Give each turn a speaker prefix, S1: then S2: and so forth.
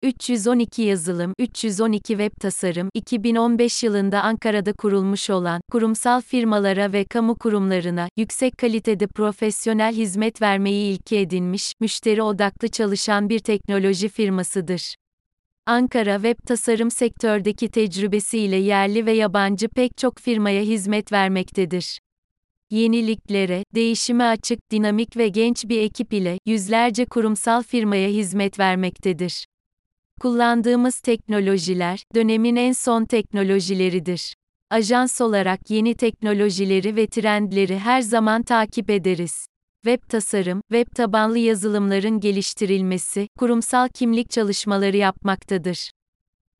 S1: 312 Yazılım, 312 Web Tasarım, 2015 yılında Ankara'da kurulmuş olan, kurumsal firmalara ve kamu kurumlarına, yüksek kalitede profesyonel hizmet vermeyi ilke edinmiş, müşteri odaklı çalışan bir teknoloji firmasıdır. Ankara web tasarım sektördeki tecrübesiyle yerli ve yabancı pek çok firmaya hizmet vermektedir. Yeniliklere, değişime açık, dinamik ve genç bir ekip ile yüzlerce kurumsal firmaya hizmet vermektedir. Kullandığımız teknolojiler, dönemin en son teknolojileridir. Ajans olarak yeni teknolojileri ve trendleri her zaman takip ederiz. Web tasarım, web tabanlı yazılımların geliştirilmesi, kurumsal kimlik çalışmaları yapmaktadır.